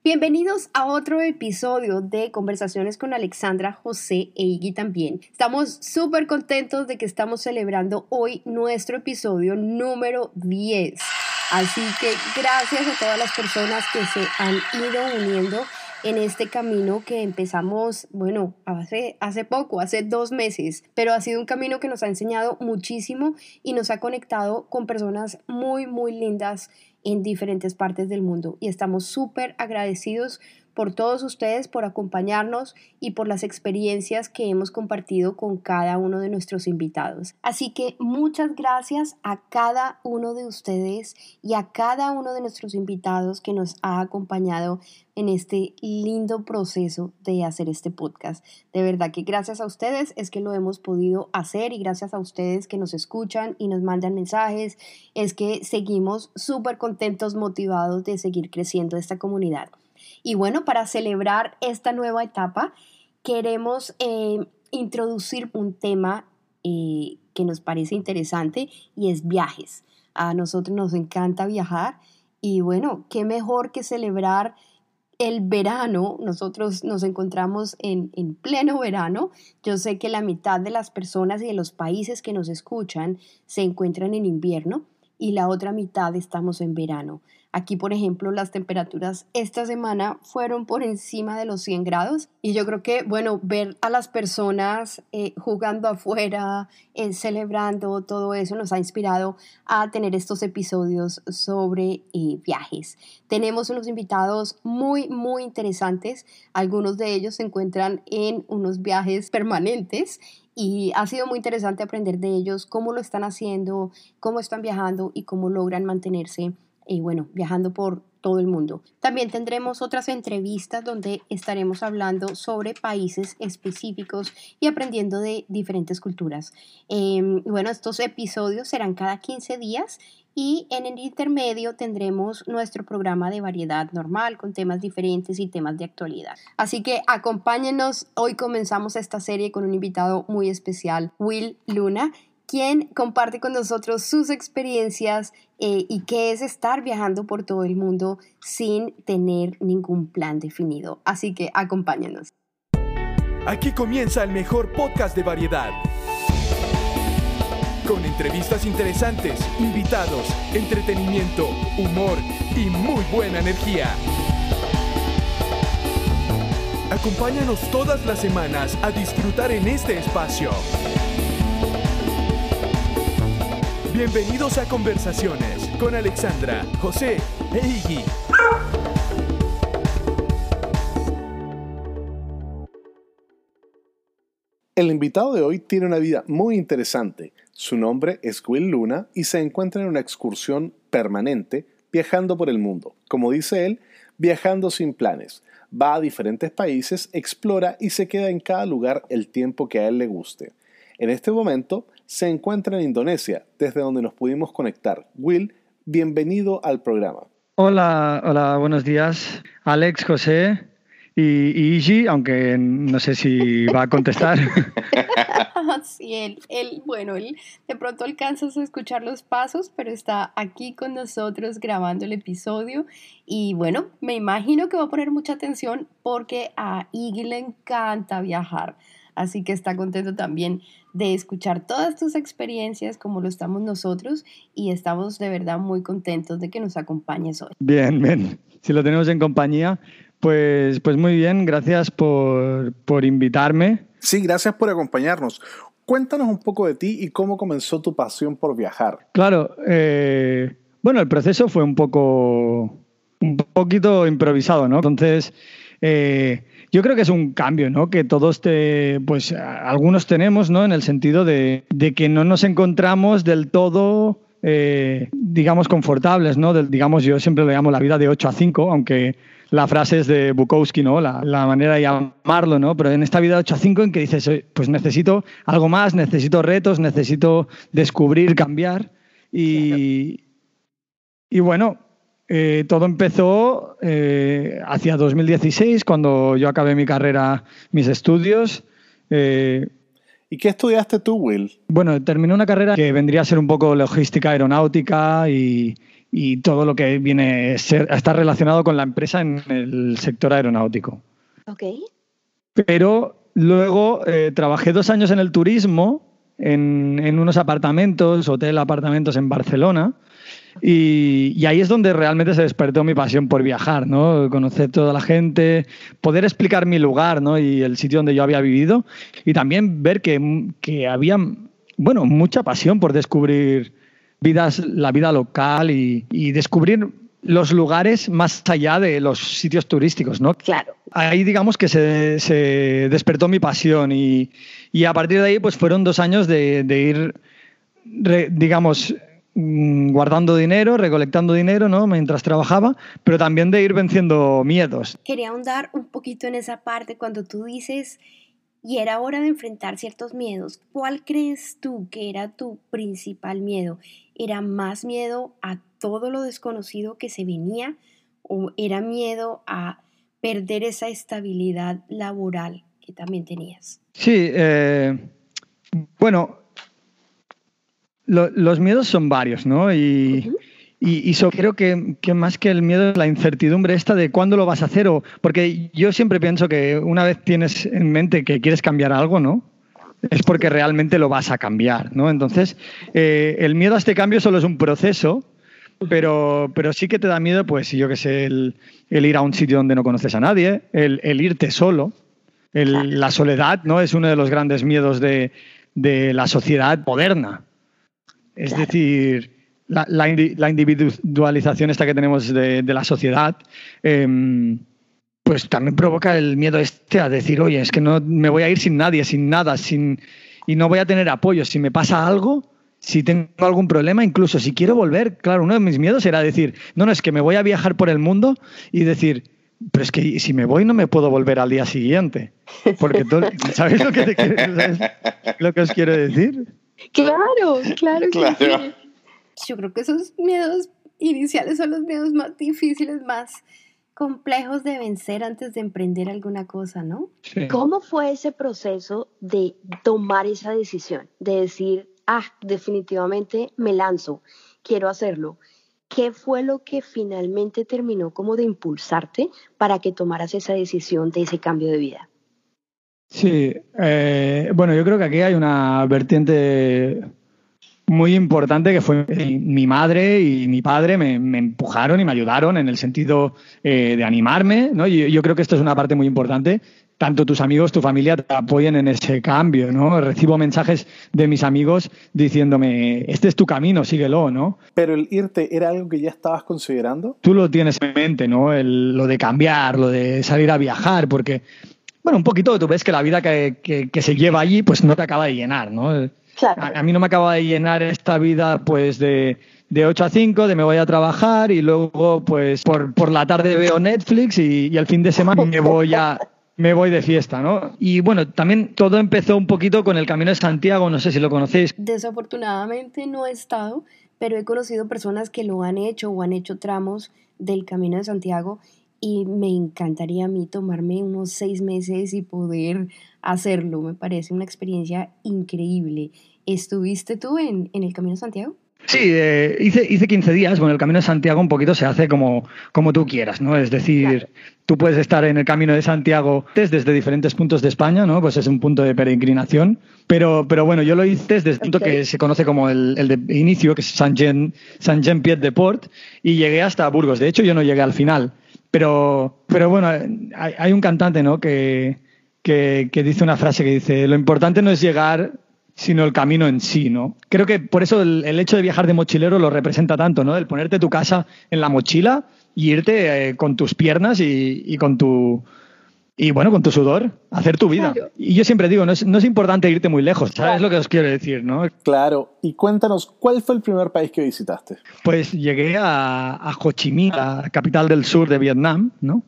Bienvenidos a otro episodio de Conversaciones con Alexandra, José e Iggy también. Estamos súper contentos de que estamos celebrando hoy nuestro episodio número 10. Así que gracias a todas las personas que se han ido uniendo en este camino que empezamos, hace poco, hace 2 meses, pero ha sido un camino que nos ha enseñado muchísimo y nos ha conectado con personas muy, muy lindas en diferentes partes del mundo. Y estamos súper agradecidos por todos ustedes, por acompañarnos y por las experiencias que hemos compartido con cada uno de nuestros invitados. Así que muchas gracias a cada uno de ustedes y a cada uno de nuestros invitados que nos ha acompañado en este lindo proceso de hacer este podcast. De verdad que gracias a ustedes es que lo hemos podido hacer y gracias a ustedes que nos escuchan y nos mandan mensajes, es que seguimos súper contentos, motivados de seguir creciendo esta comunidad. Y bueno, para celebrar esta nueva etapa, queremos introducir un tema que nos parece interesante y es viajes. A nosotros nos encanta viajar y bueno, qué mejor que celebrar el verano. Nosotros nos encontramos en pleno verano. Yo sé que la mitad de las personas y de los países que nos escuchan se encuentran en invierno y la otra mitad estamos en verano. Aquí, por ejemplo, las temperaturas esta semana fueron por encima de los 100 grados y yo creo que, ver a las personas jugando afuera, celebrando todo eso nos ha inspirado a tener estos episodios sobre viajes. Tenemos unos invitados muy, muy interesantes. Algunos de ellos se encuentran en unos viajes permanentes y ha sido muy interesante aprender de ellos, cómo lo están haciendo, cómo están viajando y cómo logran mantenerse viajando por todo el mundo. También tendremos otras entrevistas donde estaremos hablando sobre países específicos y aprendiendo de diferentes culturas. Estos episodios serán cada 15 días y en el intermedio tendremos nuestro programa de variedad normal con temas diferentes y temas de actualidad. Así que acompáñenos. Hoy comenzamos esta serie con un invitado muy especial, Will Luna, quien comparte con nosotros sus experiencias y qué es estar viajando por todo el mundo sin tener ningún plan definido. Así que acompáñanos. Aquí comienza el mejor podcast de variedad. Con entrevistas interesantes, invitados, entretenimiento, humor y muy buena energía. Acompáñanos todas las semanas a disfrutar en este espacio. Bienvenidos a Conversaciones con Alexandra, José e Iggy. El invitado de hoy tiene una vida muy interesante. Su nombre es Will Luna y se encuentra en una excursión permanente viajando por el mundo. Como dice él, viajando sin planes. Va a diferentes países, explora y se queda en cada lugar el tiempo que a él le guste. En este momento se encuentra en Indonesia, desde donde nos pudimos conectar. Will, bienvenido al programa. Hola, buenos días, Alex, José y Iggy, aunque no sé si va a contestar. Sí, él de pronto alcanzas a escuchar los pasos, pero está aquí con nosotros grabando el episodio y me imagino que va a poner mucha atención porque a Iggy le encanta viajar. Así que está contento también de escuchar todas tus experiencias como lo estamos nosotros y estamos de verdad muy contentos de que nos acompañes hoy. Bien. Si lo tenemos en compañía, pues muy bien. Gracias por invitarme. Sí, gracias por acompañarnos. Cuéntanos un poco de ti y cómo comenzó tu pasión por viajar. Claro, el proceso fue un poquito improvisado, ¿no? Entonces, yo creo que es un cambio, ¿no? Que todos algunos tenemos, ¿no? En el sentido de que no nos encontramos del todo, digamos, confortables, ¿no? Yo siempre lo llamo la vida de 8 a 5, aunque la frase es de Bukowski, ¿no? La manera de llamarlo, ¿no? Pero en esta vida de 8 a 5 en que dices, pues necesito algo más, necesito retos, necesito descubrir, cambiar. Y todo empezó hacia 2016, cuando yo acabé mi carrera, mis estudios. ¿Y qué estudiaste tú, Will? Terminé una carrera que vendría a ser un poco logística aeronáutica y y todo lo que viene a estar relacionado con la empresa en el sector aeronáutico. Ok. Pero luego trabajé 2 años en el turismo, en unos apartamentos en Barcelona, y ahí es donde realmente se despertó mi pasión por viajar, ¿no? Conocer toda la gente, poder explicar mi lugar, ¿no? Y el sitio donde yo había vivido, y también ver que había, bueno, mucha pasión por descubrir la vida local y descubrir los lugares más allá de los sitios turísticos, ¿no? Claro. Ahí digamos que se despertó mi pasión y a partir de ahí pues fueron 2 años de ir, digamos, guardando dinero, recolectando dinero, ¿no? Mientras trabajaba, pero también de ir venciendo miedos. Quería ahondar un poquito en esa parte cuando tú dices, y era hora de enfrentar ciertos miedos. ¿Cuál crees tú que era tu principal miedo? ¿Era más miedo a todo lo desconocido que se venía o era miedo a perder esa estabilidad laboral que también tenías? Sí, bueno, los miedos son varios, ¿no? Y creo que más que el miedo es la incertidumbre esta de cuándo lo vas a hacer. Porque yo siempre pienso que una vez tienes en mente que quieres cambiar algo, ¿no? Es porque realmente lo vas a cambiar, ¿no? Entonces, el miedo a este cambio solo es un proceso, pero sí que te da miedo, pues, yo qué sé, el ir a un sitio donde no conoces a nadie, el irte solo, la soledad, ¿no? Es uno de los grandes miedos de la sociedad moderna. Es decir, la individualización esta que tenemos de la sociedad, pues también provoca el miedo a decir, oye, es que no me voy a ir sin nadie, sin nada, y no voy a tener apoyo. Si me pasa algo, si tengo algún problema, incluso si quiero volver, claro, uno de mis miedos era decir, no, es que me voy a viajar por el mundo y decir, pero es que si me voy no me puedo volver al día siguiente. Porque ¿sabes lo que os quiero decir? Claro. Sí. Yo creo que esos miedos iniciales son los miedos más difíciles, más complejos de vencer antes de emprender alguna cosa, ¿no? Sí. ¿Cómo fue ese proceso de tomar esa decisión? De decir, definitivamente me lanzo, quiero hacerlo. ¿Qué fue lo que finalmente terminó como de impulsarte para que tomaras esa decisión de ese cambio de vida? Sí, bueno, yo creo que aquí hay una vertiente muy importante que fue mi madre y mi padre me empujaron y me ayudaron en el sentido de animarme, ¿no? Y yo creo que esto es una parte muy importante. Tanto tus amigos, tu familia te apoyen en ese cambio, ¿no? Recibo mensajes de mis amigos diciéndome, este es tu camino, síguelo, ¿no? Pero el irte era algo que ya estabas considerando. Tú lo tienes en mente, ¿no? Lo de cambiar, lo de salir a viajar, porque, bueno, un poquito tú ves que la vida que se lleva allí, pues no te acaba de llenar, ¿no? Claro. A mí no me acaba de llenar esta vida, pues, de 8 a 5, de me voy a trabajar y luego, pues, por la tarde veo Netflix y el fin de semana me voy de fiesta, ¿no? Y bueno, también todo empezó un poquito con el Camino de Santiago, no sé si lo conocéis. Desafortunadamente no he estado, pero he conocido personas que lo han hecho o han hecho tramos del Camino de Santiago y me encantaría a mí tomarme unos 6 meses y poder hacerlo. Me parece una experiencia increíble. ¿Estuviste tú en el Camino de Santiago? Sí, hice 15 días. Bueno, el Camino de Santiago un poquito se hace como tú quieras, ¿no? Es decir, claro, tú puedes estar en el Camino de Santiago desde diferentes puntos de España, ¿no? Pues es un punto de peregrinación. Pero bueno, yo lo hice desde el punto que se conoce como el de inicio, que es Saint-Jean-Pied-de-Port, y llegué hasta Burgos. De hecho, yo no llegué al final. Pero bueno, hay un cantante, ¿no? que dice una frase que dice, lo importante no es llegar, sino el camino en sí, ¿no? Creo que por eso el hecho de viajar de mochilero lo representa tanto, ¿no? El ponerte tu casa en la mochila y irte con tus piernas y con tu sudor, a hacer tu vida. Claro. Y yo siempre digo, no es importante irte muy lejos, ¿sabes? Claro. Lo que os quiero decir, ¿no? Claro. Y cuéntanos, ¿cuál fue el primer país que visitaste? Pues llegué a Ho Chi Minh, la capital del sur de Vietnam, ¿no?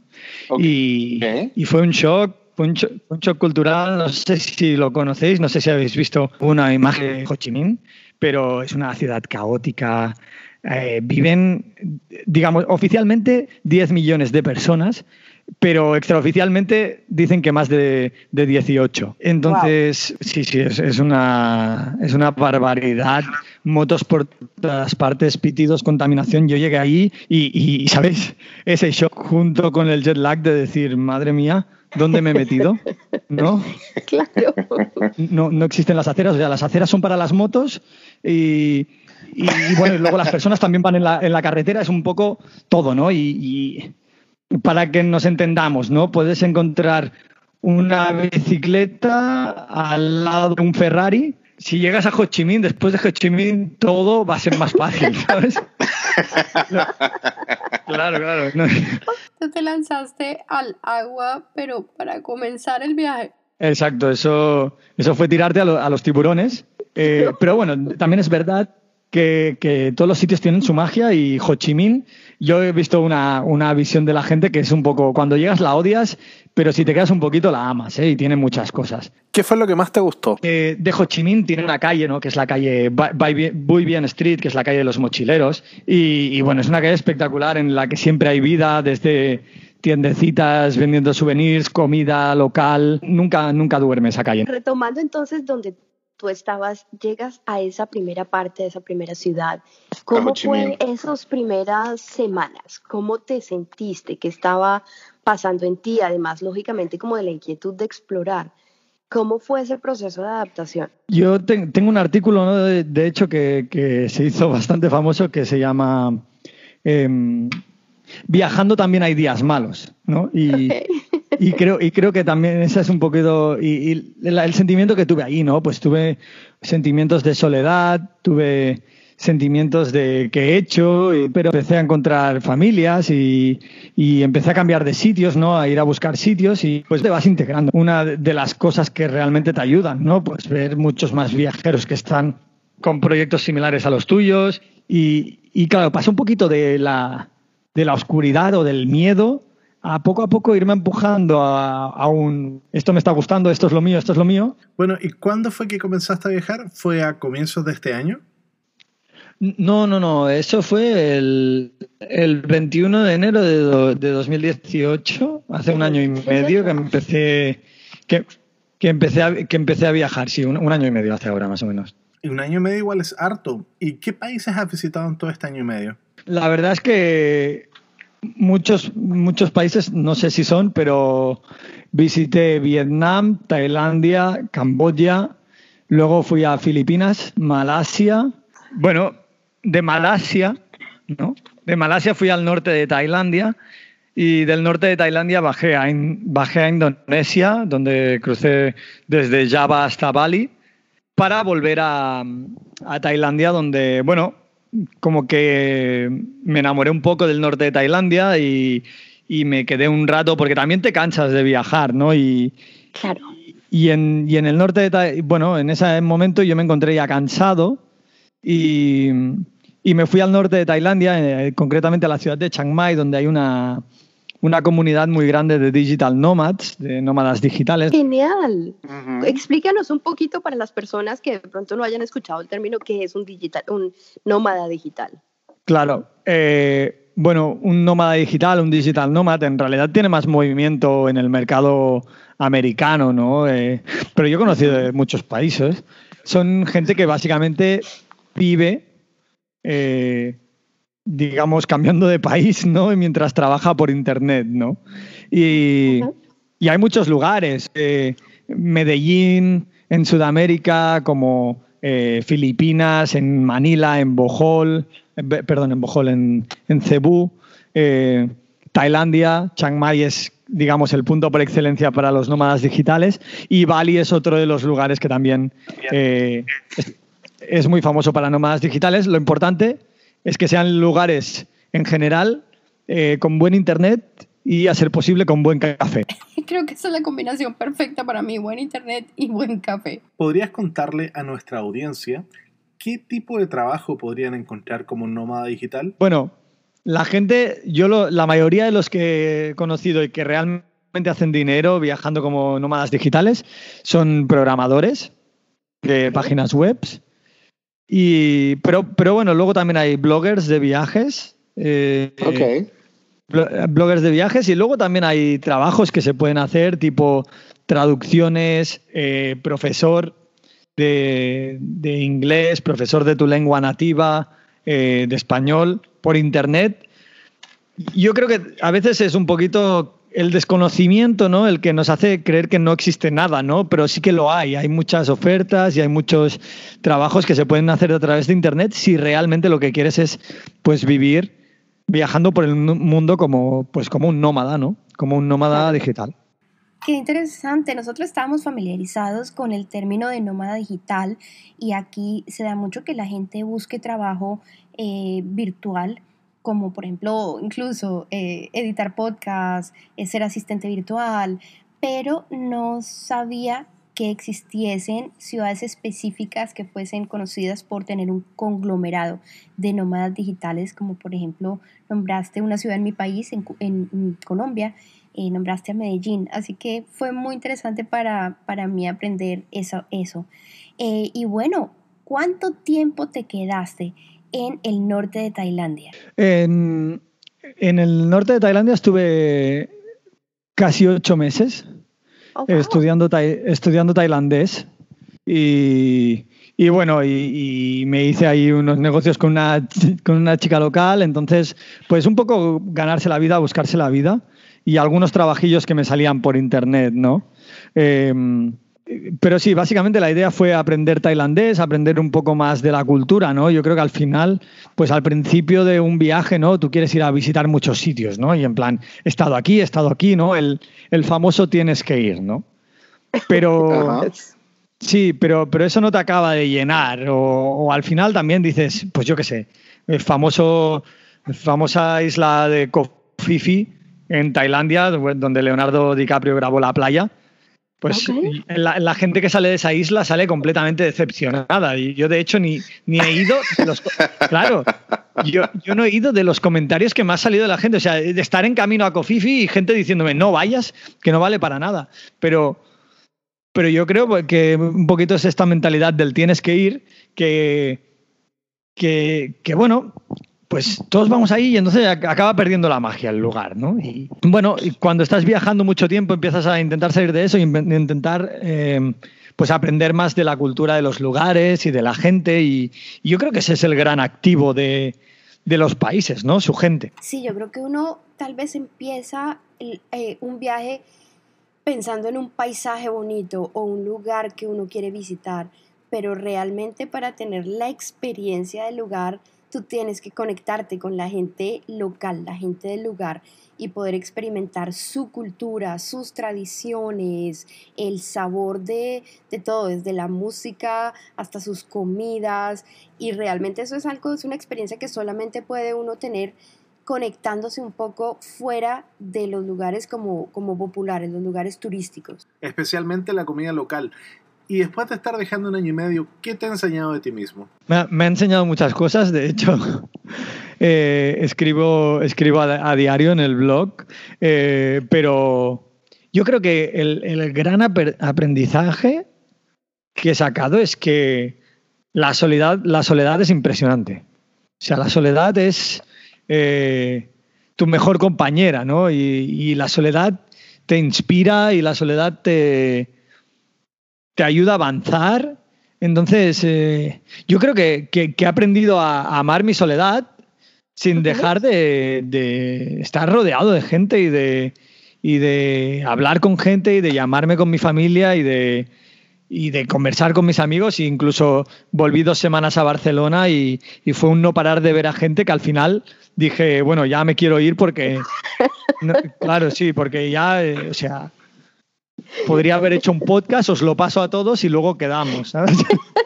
Okay. Y fue un shock. Fue un shock cultural, no sé si lo conocéis, no sé si habéis visto una imagen de Ho Chi Minh, pero es una ciudad caótica. Viven, digamos, oficialmente 10 millones de personas, pero extraoficialmente dicen que más de 18. Entonces, sí, es una barbaridad. Motos por todas partes, pitidos, contaminación. Yo llegué ahí y ¿sabéis? Ese shock junto con el jet lag de decir, madre mía, ¿dónde me he metido? ¿No? Claro. No existen las aceras, o sea, las aceras son para las motos y bueno, y luego las personas también van en la carretera, es un poco todo, ¿no? Y para que nos entendamos, ¿no? Puedes encontrar una bicicleta al lado de un Ferrari. Si llegas a Ho Chi Minh, después de Ho Chi Minh, todo va a ser más fácil, ¿sabes? Claro. No. Tú te lanzaste al agua, pero para comenzar el viaje. Exacto, eso fue tirarte a los tiburones. Pero bueno, también es verdad que todos los sitios tienen su magia y Ho Chi Minh, yo he visto una visión de la gente que es un poco, cuando llegas la odias, pero si te quedas un poquito la amas, y tiene muchas cosas. ¿Qué fue lo que más te gustó? De Ho Chi Minh tiene una calle, ¿no? Que es la calle Bui Bien Street, que es la calle de los mochileros, y bueno, es una calle espectacular en la que siempre hay vida, desde tiendecitas vendiendo souvenirs, comida local, nunca duerme esa calle. Retomando entonces donde tú estabas, llegas a esa primera parte, a esa primera ciudad. ¿Cómo fue esas primeras semanas? ¿Cómo te sentiste? ¿Qué estaba pasando en ti? Además, lógicamente, como de la inquietud de explorar. ¿Cómo fue ese proceso de adaptación? Yo tengo un artículo, ¿no? de hecho, que se hizo bastante famoso, que se llama Viajando también hay días malos, ¿no? Y creo que también ese es un poquito el sentimiento que tuve ahí, ¿no? Pues tuve sentimientos de soledad, tuve sentimientos de qué he hecho, pero empecé a encontrar familias y empecé a cambiar de sitios, ¿no? A ir a buscar sitios y pues te vas integrando. Una de las cosas que realmente te ayudan, ¿no? Pues ver muchos más viajeros que están con proyectos similares a los tuyos y claro, pasa un poquito de la oscuridad o del miedo a poco irme empujando a un esto me está gustando, esto es lo mío. Bueno, ¿y cuándo fue que comenzaste a viajar? ¿Fue a comienzos de este año? No, eso fue el 21 de enero de 2018, hace un año y medio que empecé a viajar, sí, un año y medio hace ahora más o menos. Y un año y medio igual es harto. ¿Y qué países has visitado en todo este año y medio? La verdad es que muchos países, no sé si son, pero visité Vietnam, Tailandia, Camboya, luego fui a Filipinas, Malasia. Bueno, de Malasia fui al norte de Tailandia y del norte de Tailandia bajé a Indonesia, donde crucé desde Java hasta Bali, para volver a Tailandia, donde, bueno, como que me enamoré un poco del norte de Tailandia y me quedé un rato, porque también te cansas de viajar, ¿no? Claro. Y en el norte de Tailandia, bueno, en ese momento yo me encontré ya cansado y me fui al norte de Tailandia, concretamente a la ciudad de Chiang Mai, donde hay una comunidad muy grande de digital nomads, de nómadas digitales. ¡Genial! Uh-huh. Explícanos un poquito para las personas que de pronto no hayan escuchado el término, ¿qué es un nómada digital? Claro. Bueno, un nómada digital, un digital nómad, en realidad tiene más movimiento en el mercado americano, ¿no? Pero yo he conocido de muchos países. Son gente que básicamente vive, digamos, cambiando de país, ¿no? Mientras trabaja por internet, ¿no? Y hay muchos lugares. Medellín, en Sudamérica, como Filipinas, en Manila, en Bohol, en Cebú, Tailandia. Chiang Mai es, digamos, el punto por excelencia para los nómadas digitales, y Bali es otro de los lugares que también es muy famoso para nómadas digitales. Lo importante es que sean lugares en general con buen internet y, a ser posible, con buen café. Creo que esa es la combinación perfecta para mí, buen internet y buen café. ¿Podrías contarle a nuestra audiencia qué tipo de trabajo podrían encontrar como nómada digital? Bueno, la gente, la mayoría de los que he conocido y que realmente hacen dinero viajando como nómadas digitales son programadores de páginas web. Pero bueno, luego también hay bloggers de viajes. bloggers de viajes, y luego también hay trabajos que se pueden hacer, tipo traducciones, profesor de inglés, profesor de tu lengua nativa, de español, por internet. Yo creo que a veces es un poquito el desconocimiento, ¿no?, el que nos hace creer que no existe nada, ¿no? Pero sí que lo hay. Hay muchas ofertas y hay muchos trabajos que se pueden hacer a través de internet si realmente lo que quieres es, pues, vivir viajando por el mundo como un nómada, ¿no? Como un nómada digital. Qué interesante. Nosotros estábamos familiarizados con el término de nómada digital y aquí se da mucho que la gente busque trabajo virtual, como por ejemplo incluso editar podcast, ser asistente virtual, pero no sabía que existiesen ciudades específicas que fuesen conocidas por tener un conglomerado de nómadas digitales, como por ejemplo nombraste una ciudad en mi país, en Colombia, nombraste a Medellín, así que fue muy interesante para mí aprender eso. Y bueno, ¿cuánto tiempo te quedaste en el norte de Tailandia? En el norte de Tailandia estuve casi 8 meses estudiando tailandés y bueno, y me hice ahí unos negocios con una chica local, entonces pues un poco ganarse la vida, buscarse la vida y algunos trabajillos que me salían por internet, ¿no? Pero sí, básicamente la idea fue aprender tailandés, aprender un poco más de la cultura, ¿no? Yo creo que al final, pues al principio de un viaje, ¿no?, tú quieres ir a visitar muchos sitios, ¿no? Y en plan, he estado aquí, ¿no? El famoso tienes que ir, ¿no? Pero sí, pero eso no te acaba de llenar. O al final también dices, pues yo qué sé, famosa isla de Koh Phi Phi en Tailandia, donde Leonardo DiCaprio grabó La playa. Pues la gente que sale de esa isla sale completamente decepcionada. Y yo, de hecho, ni he ido de los... Claro, yo no he ido de los comentarios que me ha salido de la gente. O sea, de estar en camino a Koh Phi Phi y gente diciéndome, no vayas, que no vale para nada. Pero yo creo que un poquito es esta mentalidad del tienes que ir, que bueno... Pues todos vamos ahí y entonces acaba perdiendo la magia el lugar, ¿no? Y bueno, y cuando estás viajando mucho tiempo empiezas a intentar salir de eso y intentar pues aprender más de la cultura de los lugares y de la gente y yo creo que ese es el gran activo de los países, ¿no? Su gente. Sí, yo creo que uno tal vez empieza un viaje pensando en un paisaje bonito o un lugar que uno quiere visitar, pero realmente para tener la experiencia del lugar tú tienes que conectarte con la gente local, la gente del lugar y poder experimentar su cultura, sus tradiciones, el sabor de todo, desde la música hasta sus comidas y realmente eso es una experiencia que solamente puede uno tener conectándose un poco fuera de los lugares como populares, los lugares turísticos. Especialmente la comida local. Y después de estar viajando 1 año y medio, ¿qué te ha enseñado de ti mismo? Me ha enseñado muchas cosas, de hecho. Escribo a diario en el blog, pero yo creo que el gran aprendizaje que he sacado es que la soledad es impresionante. O sea, la soledad es tu mejor compañera, ¿no? Y la soledad te inspira y la soledad te ayuda a avanzar. Entonces, yo creo que he aprendido a amar mi soledad sin dejar de estar rodeado de gente y de hablar con gente y de llamarme con mi familia y de conversar con mis amigos. E incluso volví 2 semanas a Barcelona y fue un no parar de ver a gente que al final dije, bueno, ya me quiero ir porque... No, claro, sí, porque ya, o sea... Podría haber hecho un podcast, os lo paso a todos y luego quedamos, ¿sabes?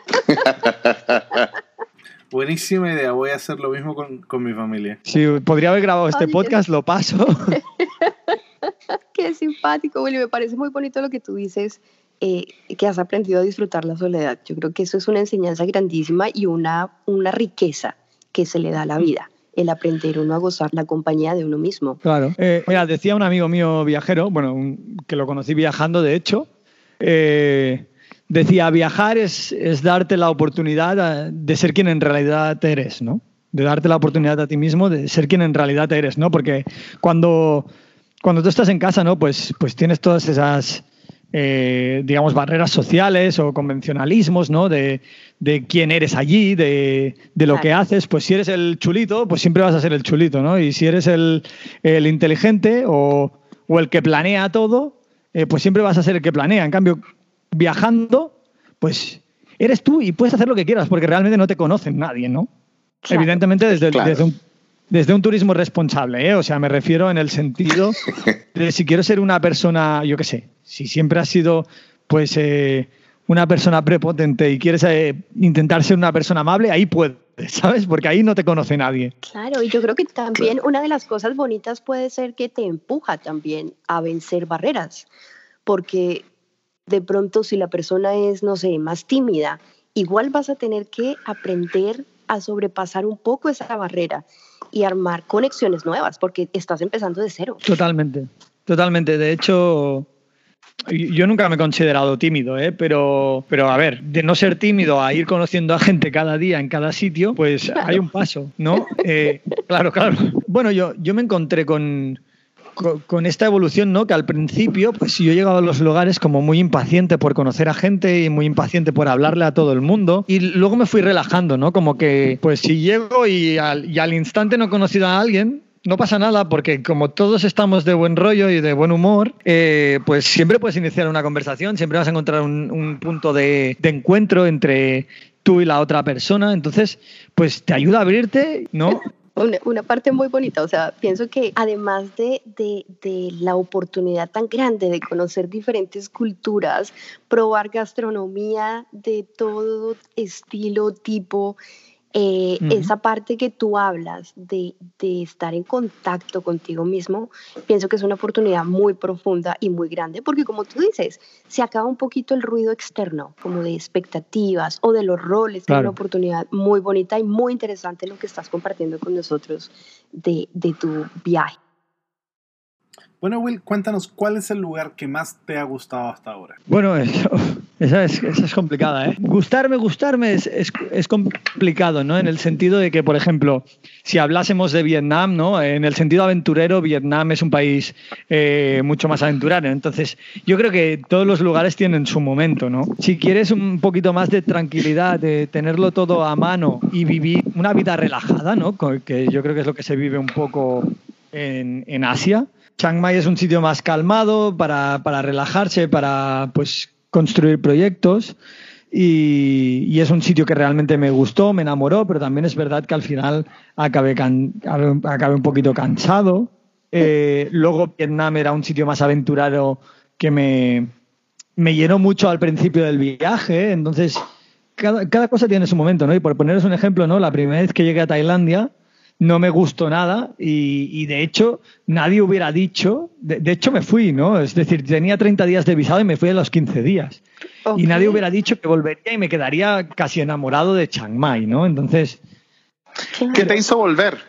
Buenísima idea, voy a hacer lo mismo con mi familia. Sí, podría haber grabado este podcast, lo paso. Qué simpático, Willy, me parece muy bonito lo que tú dices, que has aprendido a disfrutar la soledad. Yo creo que eso es una enseñanza grandísima y una riqueza que se le da a la vida. El aprender uno a gozar la compañía de uno mismo. Claro. Mira, decía un amigo mío viajero, bueno, que lo conocí viajando, de hecho, decía, viajar es darte la oportunidad de ser quien en realidad eres, ¿no? de darte la oportunidad a ti mismo de ser quien en realidad eres, ¿no? Porque cuando tú estás en casa, ¿no? Pues tienes todas esas, digamos, barreras sociales o convencionalismos, ¿no? De quién eres allí, de lo que haces. Pues si eres el chulito, pues siempre vas a ser el chulito, ¿no? Y si eres el inteligente o el que planea todo, pues siempre vas a ser el que planea. En cambio, viajando, pues eres tú y puedes hacer lo que quieras porque realmente no te conocen nadie, ¿no? Claro. Evidentemente desde un turismo responsable, ¿eh? O sea, me refiero en el sentido de si quiero ser una persona, yo qué sé, si siempre has sido pues una persona prepotente y quieres intentar ser una persona amable, ahí puedes, ¿sabes? Porque ahí no te conoce nadie. Claro, y yo creo que también una de las cosas bonitas puede ser que te empuja también a vencer barreras, porque de pronto si la persona es, no sé, más tímida, igual vas a tener que aprender a sobrepasar un poco esa barrera y armar conexiones nuevas, porque estás empezando de cero. Totalmente, totalmente. De hecho, yo nunca me he considerado tímido, pero a ver, de no ser tímido a ir conociendo a gente cada día en cada sitio, pues claro, hay un paso, ¿no? Claro. Bueno, yo me encontré con esta evolución, ¿no? Que al principio, pues yo llegaba a los lugares como muy impaciente por conocer a gente y muy impaciente por hablarle a todo el mundo. Y luego me fui relajando, ¿no? Como que, pues si llego y al instante no he conocido a alguien, no pasa nada porque como todos estamos de buen rollo y de buen humor, pues siempre puedes iniciar una conversación, siempre vas a encontrar un punto de encuentro entre tú y la otra persona. Entonces, pues te ayuda a abrirte, ¿no? Una parte muy bonita, o sea, pienso que además de la oportunidad tan grande de conocer diferentes culturas, probar gastronomía de todo estilo, tipo, esa parte que tú hablas de estar en contacto contigo mismo, pienso que es una oportunidad muy profunda y muy grande, porque como tú dices, se acaba un poquito el ruido externo, como de expectativas o de los roles. Claro. Es una oportunidad muy bonita y muy interesante lo que estás compartiendo con nosotros de tu viaje. Bueno, Will, cuéntanos, ¿cuál es el lugar que más te ha gustado hasta ahora? Bueno, esa es complicada, ¿eh? Gustarme es complicado, ¿no? En el sentido de que, por ejemplo, si hablásemos de Vietnam, ¿no? En el sentido aventurero, Vietnam es un país mucho más aventurero. Entonces, yo creo que todos los lugares tienen su momento, ¿no? Si quieres un poquito más de tranquilidad, de tenerlo todo a mano y vivir una vida relajada, ¿no? Que yo creo que es lo que se vive un poco en Asia. Chiang Mai es un sitio más calmado para relajarse, para pues construir proyectos y es un sitio que realmente me gustó, me enamoró, pero también es verdad que al final acabé un poquito cansado. Luego Vietnam era un sitio más aventurero que me llenó mucho al principio del viaje, entonces cada cosa tiene su momento, ¿no? Y por poneros un ejemplo, ¿no? La primera vez que llegué a Tailandia no me gustó nada y de hecho nadie hubiera dicho, de hecho me fui, ¿no? Es decir, tenía 30 días de visado y me fui a los 15 días. Okay. Y nadie hubiera dicho que volvería y me quedaría casi enamorado de Chiang Mai, ¿no? Entonces... ¿Qué te hizo volver?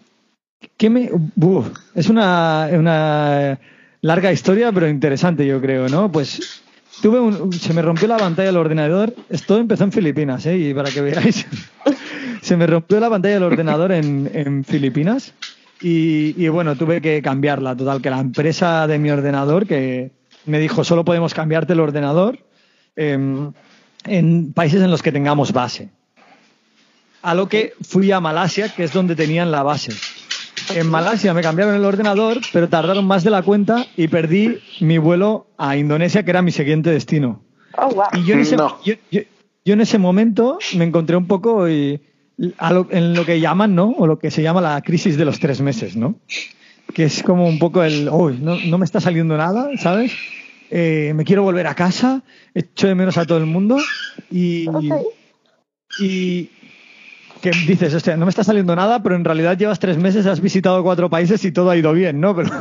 Es una larga historia, pero interesante, yo creo, ¿no? Pues se me rompió la pantalla del ordenador. Esto empezó en Filipinas, ¿eh? Y para que veáis... Se me rompió la pantalla del ordenador en Filipinas y bueno, tuve que cambiarla. Total, que la empresa de mi ordenador que me dijo solo podemos cambiarte el ordenador en países en los que tengamos base. A lo que fui a Malasia, que es donde tenían la base. En Malasia me cambiaron el ordenador, pero tardaron más de la cuenta y perdí mi vuelo a Indonesia, que era mi siguiente destino. Oh, wow. Y yo en ese momento me encontré un poco... en lo que llaman, ¿no? O lo que se llama la crisis de los 3 meses, ¿no? Que es como un poco no me está saliendo nada, ¿sabes? Me quiero volver a casa, echo de menos a todo el mundo y que dices, hostia, no me está saliendo nada, pero en realidad llevas 3 meses, has visitado 4 países y todo ha ido bien, ¿no? Pero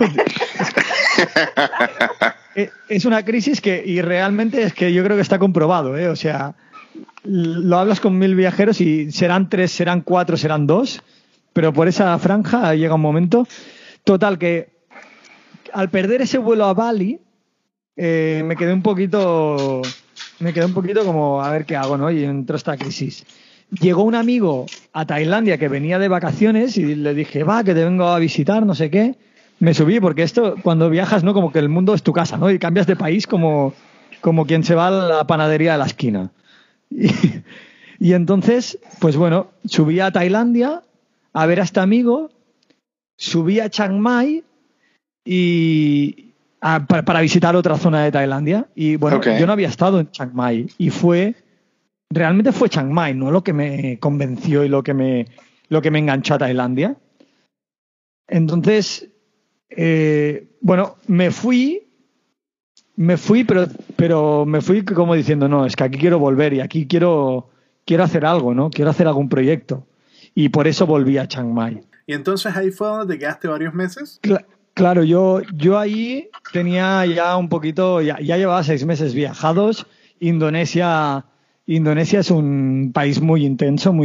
es una crisis y realmente es que yo creo que está comprobado, ¿eh? O sea... Lo hablas con 1000 viajeros y serán 3, serán 4, serán 2, pero por esa franja llega un momento. Total, que al perder ese vuelo a Bali, me quedé un poquito como a ver qué hago, ¿no? Y entró esta crisis. llegó un amigo a Tailandia que venía de vacaciones y le dije, va, que te vengo a visitar, no sé qué. Me subí porque esto, cuando viajas, ¿no? Como que el mundo es tu casa, ¿no? Y cambias de país como quien se va a la panadería de la esquina. Y entonces, pues bueno, subí a Tailandia a ver a este amigo, subí a Chiang Mai para visitar otra zona de Tailandia. Y bueno, yo no había estado en Chiang Mai y realmente fue Chiang Mai, ¿no? Lo que me convenció y lo que me enganchó a Tailandia. Entonces, bueno, me fui, pero me fui como diciendo, no, es que aquí quiero volver y aquí quiero hacer algo, ¿no? Quiero hacer algún proyecto. Y por eso volví a Chiang Mai. ¿Y entonces ahí fue donde te quedaste varios meses? Claro, yo ahí tenía ya un poquito, ya llevaba 6 meses viajados. Indonesia es un país muy intenso.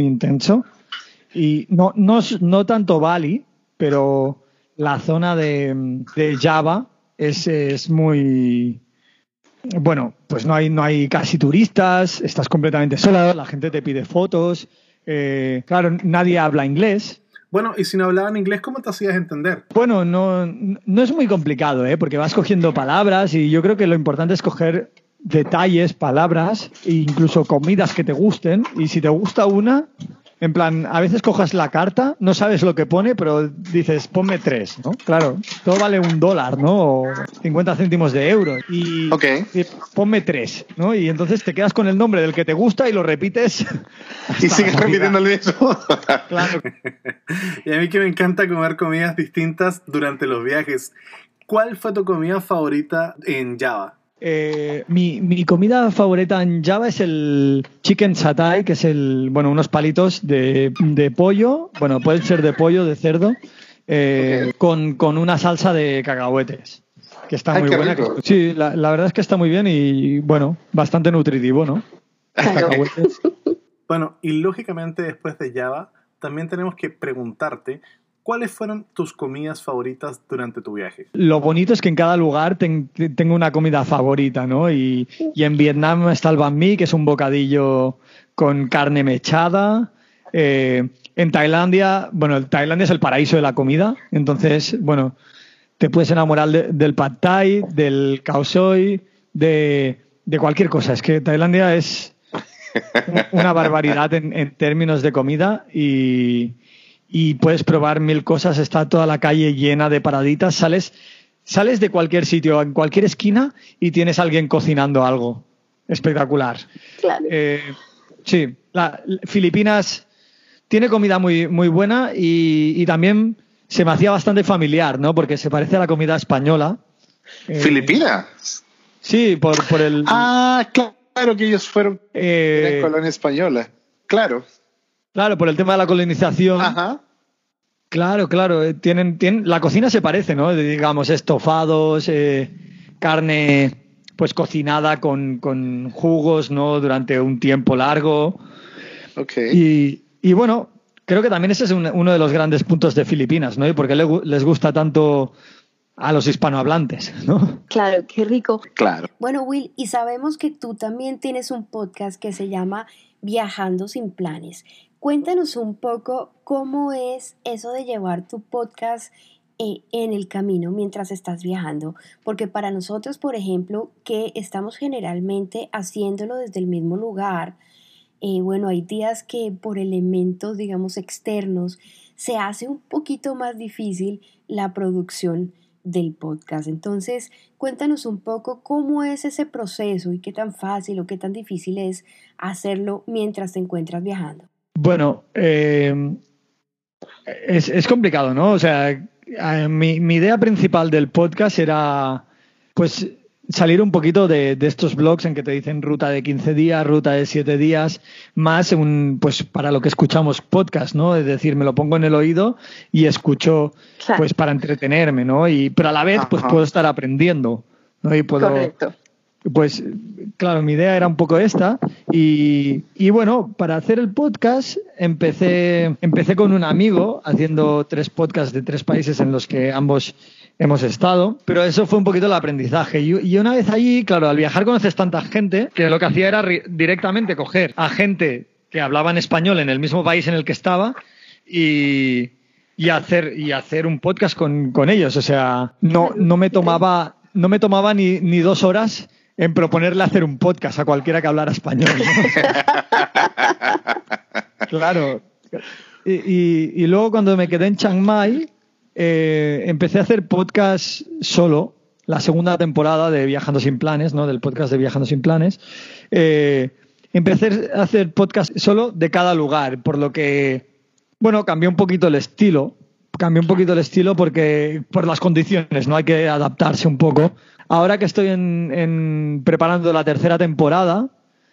Y no tanto Bali, pero la zona de Java es muy... Bueno, pues no hay casi turistas, estás completamente sola, la gente te pide fotos, claro, nadie habla inglés. Bueno, y si no hablaban inglés, ¿cómo te hacías entender? Bueno, no es muy complicado, porque vas cogiendo palabras y yo creo que lo importante es coger detalles, palabras e incluso comidas que te gusten, y si te gusta una, en plan, a veces cojas la carta, no sabes lo que pone, pero dices, ponme 3, ¿no? Claro, todo vale $1, ¿no? O 50 céntimos de euro. Y ponme 3, ¿no? Y entonces te quedas con el nombre del que te gusta y lo repites. Y sigues repitiendo el mismo. Claro. Y a mí que me encanta comer comidas distintas durante los viajes. ¿Cuál fue tu comida favorita en Java? Mi comida favorita en Java es el chicken satay, que es unos palitos de pollo, bueno, pueden ser de pollo, de cerdo, con una salsa de cacahuetes, que está muy buena. Sí, la verdad es que está muy bien y, bueno, bastante nutritivo, ¿no? Cacahuetes. Bueno, y lógicamente después de Java, también tenemos que preguntarte, ¿cuáles fueron tus comidas favoritas durante tu viaje? Lo bonito es que en cada lugar tengo una comida favorita, ¿no? Y en Vietnam está el banh mi, que es un bocadillo con carne mechada. En Tailandia, bueno, Tailandia es el paraíso de la comida. Entonces, bueno, te puedes enamorar del pad thai, del khao soi, de cualquier cosa. Es que Tailandia es una barbaridad en términos de comida y puedes probar 1000 cosas, está toda la calle llena de paraditas, sales de cualquier sitio, en cualquier esquina y tienes a alguien cocinando algo. Espectacular. Claro. Sí, Filipinas tiene comida muy, muy buena y también se me hacía bastante familiar, ¿no? Porque se parece a la comida española. ¿Filipinas? Sí, por el... Ah, claro que ellos fueron en colonia española. Claro. Claro, por el tema de la colonización. Ajá. Claro. Tienen, la cocina se parece, ¿no? Digamos, estofados, carne pues cocinada con jugos, ¿no? Durante un tiempo largo. Okay. Y bueno, creo que también ese es uno de los grandes puntos de Filipinas, ¿no? Y porque les gusta tanto a los hispanohablantes, ¿no? Claro, qué rico. Claro. Bueno, Will, y sabemos que tú también tienes un podcast que se llama Viajando sin Planes. Cuéntanos un poco cómo es eso de llevar tu podcast en el camino mientras estás viajando, porque para nosotros, por ejemplo, que estamos generalmente haciéndolo desde el mismo lugar, bueno, hay días que por elementos, digamos, externos, se hace un poquito más difícil la producción del podcast. Entonces, cuéntanos un poco cómo es ese proceso y qué tan fácil o qué tan difícil es hacerlo mientras te encuentras viajando. Bueno, es complicado, ¿no? O sea, mi idea principal del podcast era, pues, salir un poquito de estos blogs en que te dicen ruta de 15 días, ruta de 7 días, más pues para lo que escuchamos podcast, ¿no? Es decir, me lo pongo en el oído y escucho, pues, para entretenerme, ¿no? Pero a la vez, pues, puedo estar aprendiendo, ¿no? Y puedo... Correcto. Pues claro, mi idea era un poco esta y bueno, para hacer el podcast empecé con un amigo haciendo 3 podcasts de 3 países en los que ambos hemos estado, pero eso fue un poquito el aprendizaje y una vez allí, claro, al viajar conoces tanta gente que lo que hacía era directamente coger a gente que hablaban español en el mismo país en el que estaba y hacer un podcast con ellos. O sea, no me tomaba ni 2 horas en proponerle hacer un podcast a cualquiera que hablara español, ¿no? Claro. Y luego cuando me quedé en Chiang Mai, empecé a hacer podcast solo, la segunda temporada de Viajando Sin Planes, ¿no? Del podcast de Viajando Sin Planes. Empecé a hacer podcast solo de cada lugar, por lo que, bueno, cambió un poquito el estilo. Porque por las condiciones, ¿no? Hay que adaptarse un poco. Ahora que estoy preparando la tercera temporada,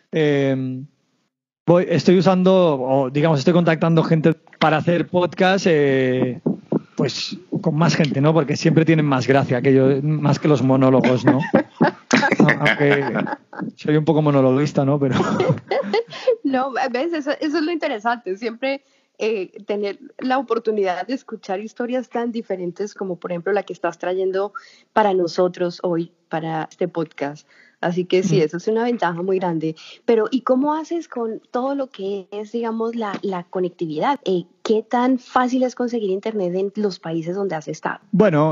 estoy contactando gente para hacer podcast, pues con más gente, ¿no? Porque siempre tienen más gracia más que los monólogos, ¿no? Aunque soy un poco monologuista, ¿no? Pero no, ves, eso es lo interesante. Siempre tener la oportunidad de escuchar historias tan diferentes como por ejemplo la que estás trayendo para nosotros hoy, para este podcast. Así que sí, eso es una ventaja muy grande. Pero ¿y cómo haces con todo lo que es, digamos, la conectividad? ¿Qué tan fácil es conseguir internet en los países donde has estado? Bueno,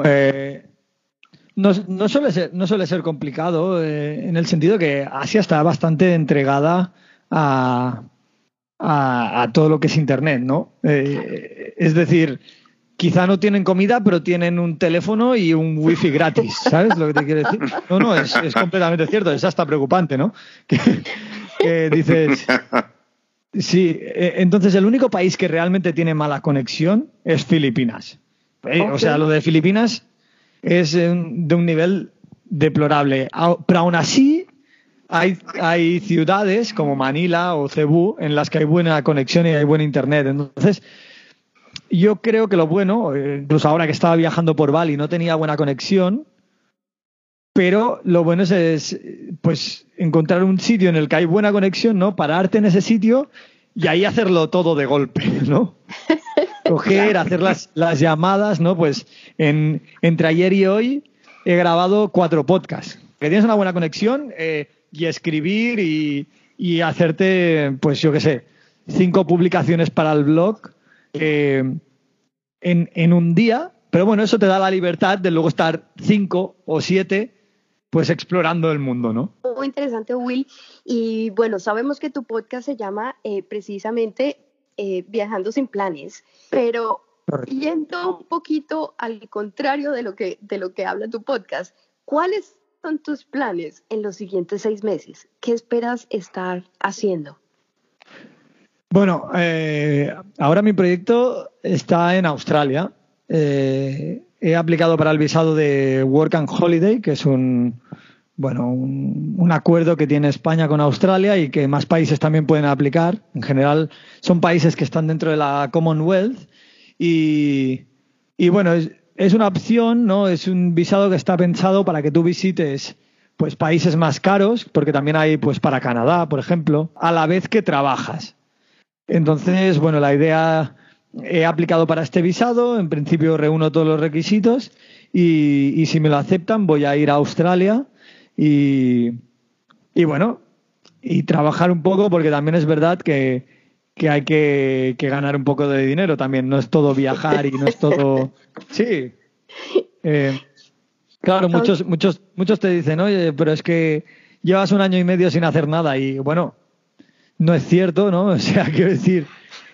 no suele ser complicado, en el sentido que Asia está bastante entregada a todo lo que es internet, ¿no? Es decir, quizá no tienen comida, pero tienen un teléfono y un wifi gratis, ¿sabes lo que te quiero decir? No, es completamente cierto, es hasta preocupante, ¿no? Que dices... Sí, entonces el único país que realmente tiene mala conexión es Filipinas. Okay. O sea, lo de Filipinas es de un nivel deplorable, pero aún así... Hay ciudades como Manila o Cebú en las que hay buena conexión y hay buen internet. Entonces, yo creo que lo bueno, incluso ahora que estaba viajando por Bali no tenía buena conexión, pero lo bueno es pues encontrar un sitio en el que hay buena conexión, ¿no? Pararte en ese sitio y ahí hacerlo todo de golpe, ¿no? Coger, hacer las llamadas, ¿no? Pues entre ayer y hoy he grabado 4 podcasts. Que tienes una buena conexión y escribir y hacerte, pues yo qué sé, 5 publicaciones para el blog en un día, pero bueno, eso te da la libertad de luego estar 5 o 7 pues explorando el mundo, ¿no? Muy interesante, Will. Y bueno, sabemos que tu podcast se llama precisamente Viajando Sin Planes, pero yendo un poquito al contrario de lo que habla tu podcast, ¿cuáles son tus planes en los siguientes 6 meses? ¿Qué esperas estar haciendo? Bueno, ahora mi proyecto está en Australia. He aplicado para el visado de Work and Holiday, que es un acuerdo que tiene España con Australia y que más países también pueden aplicar. En general, son países que están dentro de la Commonwealth y bueno, es una opción, ¿no? Es un visado que está pensado para que tú visites pues países más caros, porque también hay pues para Canadá, por ejemplo, a la vez que trabajas. Entonces, bueno, la idea, he aplicado para este visado, en principio reúno todos los requisitos y si me lo aceptan voy a ir a Australia y bueno, y trabajar un poco, porque también es verdad que hay que ganar un poco de dinero también, no es todo viajar y no es todo... Sí. Claro, muchos te dicen, oye, pero es que llevas 1 año y medio sin hacer nada y bueno, no es cierto, ¿no? O sea, quiero decir,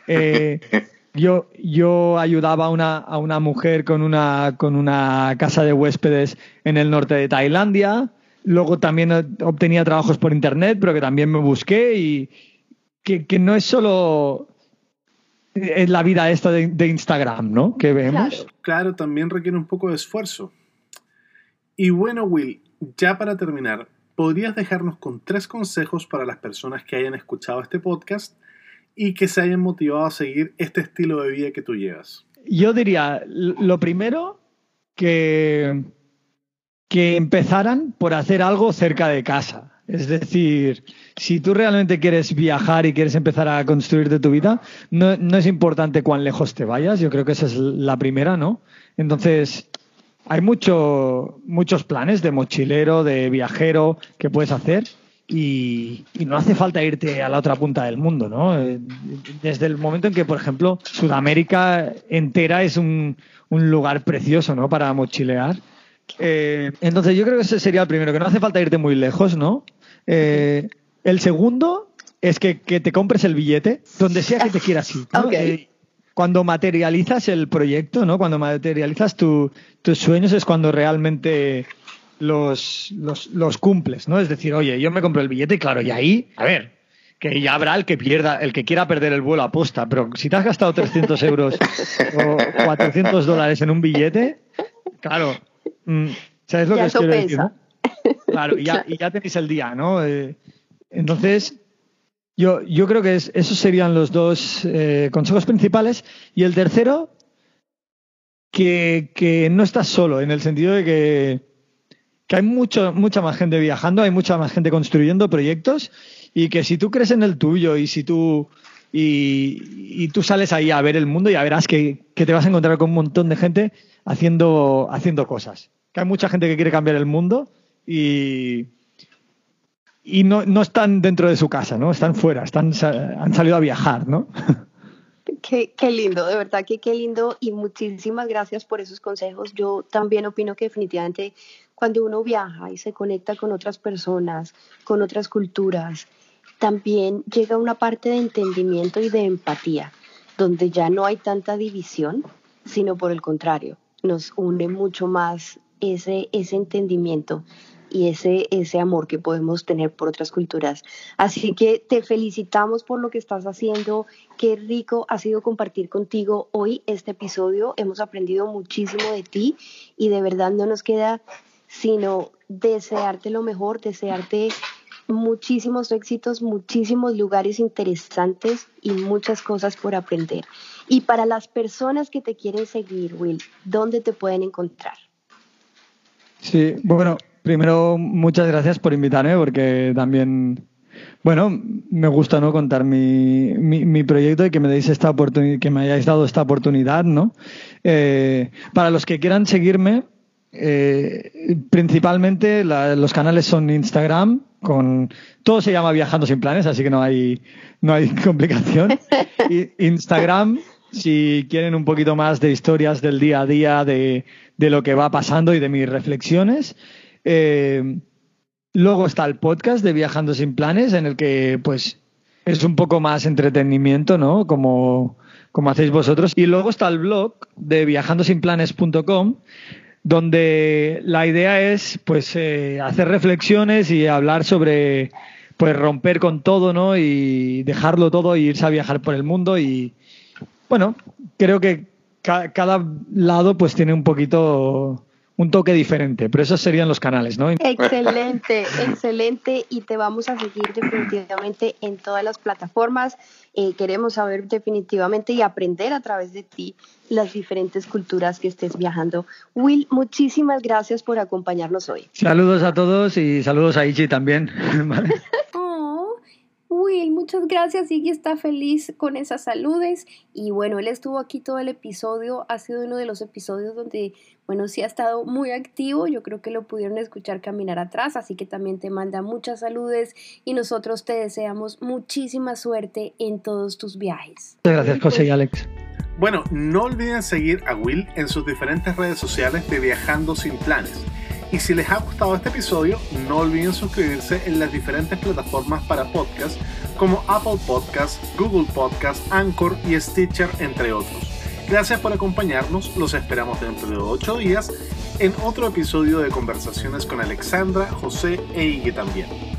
yo ayudaba a una mujer con una casa de huéspedes en el norte de Tailandia, luego también obtenía trabajos por internet, pero que también me busqué y que no es solo la vida esta de Instagram, ¿no? Que vemos. Claro, también requiere un poco de esfuerzo. Y bueno, Will, ya para terminar, ¿podrías dejarnos con 3 consejos para las personas que hayan escuchado este podcast y que se hayan motivado a seguir este estilo de vida que tú llevas? Yo diría, lo primero, que empezaran por hacer algo cerca de casa. Es decir, si tú realmente quieres viajar y quieres empezar a construirte tu vida, no es importante cuán lejos te vayas. Yo creo que esa es la primera, ¿no? Entonces, hay muchos planes de mochilero, de viajero que puedes hacer y no hace falta irte a la otra punta del mundo, ¿no? Desde el momento en que, por ejemplo, Sudamérica entera es un lugar precioso, ¿no? Para mochilear. Entonces yo creo que ese sería el primero, que no hace falta irte muy lejos, ¿no? El segundo es que te compres el billete donde sea que te quieras ir, ¿no? Okay. Cuando materializas el proyecto, ¿no? Cuando materializas tus sueños es cuando realmente los cumples, ¿no? Es decir, oye, yo me compro el billete y claro, y ahí, a ver, que ya habrá el que quiera perder el vuelo a posta, pero si te has gastado 300 euros o $400 en un billete, claro, ¿sabes lo ya que os quiero decir, pesa. ¿no? Claro, y ya tenéis el día, ¿no? Entonces, yo creo que esos serían los dos consejos principales. Y el tercero, que no estás solo, en el sentido de que hay mucha más gente viajando, hay mucha más gente construyendo proyectos, y que si tú crees en el tuyo y si tú sales ahí a ver el mundo, ya verás que te vas a encontrar con un montón de gente haciendo cosas. Que hay mucha gente que quiere cambiar el mundo y no están dentro de su casa, ¿no? Están fuera, han salido a viajar, ¿no? Qué lindo, de verdad que qué lindo, y muchísimas gracias por esos consejos. Yo también opino que definitivamente cuando uno viaja y se conecta con otras personas, con otras culturas, también llega una parte de entendimiento y de empatía, donde ya no hay tanta división, sino por el contrario, nos une mucho más ese entendimiento y ese amor que podemos tener por otras culturas. Así que te felicitamos por lo que estás haciendo. Qué rico ha sido compartir contigo hoy este episodio. Hemos aprendido muchísimo de ti y de verdad no nos queda sino desearte lo mejor, desearte muchísimos éxitos, muchísimos lugares interesantes y muchas cosas por aprender. Y para las personas que te quieren seguir, Will, ¿dónde te pueden encontrar? Sí, bueno, primero muchas gracias por invitarme, porque también, bueno, me gusta, ¿no?, contar mi proyecto y que me deis esta oportunidad, que me hayáis dado esta oportunidad, ¿no? Para los que quieran seguirme, principalmente los canales son Instagram, todo se llama Viajando Sin Planes, así que no hay complicación. Instagram, si quieren un poquito más de historias del día a día, de lo que va pasando y de mis reflexiones. Luego está el podcast de Viajando Sin Planes, en el que pues es un poco más entretenimiento, ¿no? Como hacéis vosotros. Y luego está el blog de viajandosinplanes.com, donde la idea es pues hacer reflexiones y hablar sobre pues romper con todo, ¿no? Y dejarlo todo e irse a viajar por el mundo. Y bueno, creo que cada lado pues tiene un poquito un toque diferente, pero esos serían los canales, ¿no? Excelente, excelente, y te vamos a seguir definitivamente en todas las plataformas. Queremos saber definitivamente y aprender a través de ti las diferentes culturas que estés viajando. Will, muchísimas gracias por acompañarnos hoy. Saludos a todos y saludos a Ichi también. ¿Vale? Will, muchas gracias. Iggy está feliz con esas saludes. Y bueno, él estuvo aquí todo el episodio. Ha sido uno de los episodios donde, bueno, sí ha estado muy activo. Yo creo que lo pudieron escuchar caminar atrás. Así que también te manda muchas saludes. Y nosotros te deseamos muchísima suerte en todos tus viajes. Muchas gracias, José y Alex. Bueno, no olviden seguir a Will en sus diferentes redes sociales de Viajando Sin Planes. Y si les ha gustado este episodio, no olviden suscribirse en las diferentes plataformas para podcast como Apple Podcasts, Google Podcasts, Anchor y Stitcher, entre otros. Gracias por acompañarnos, los esperamos dentro de 8 días en otro episodio de Conversaciones con Alexandra, José e Iggy también.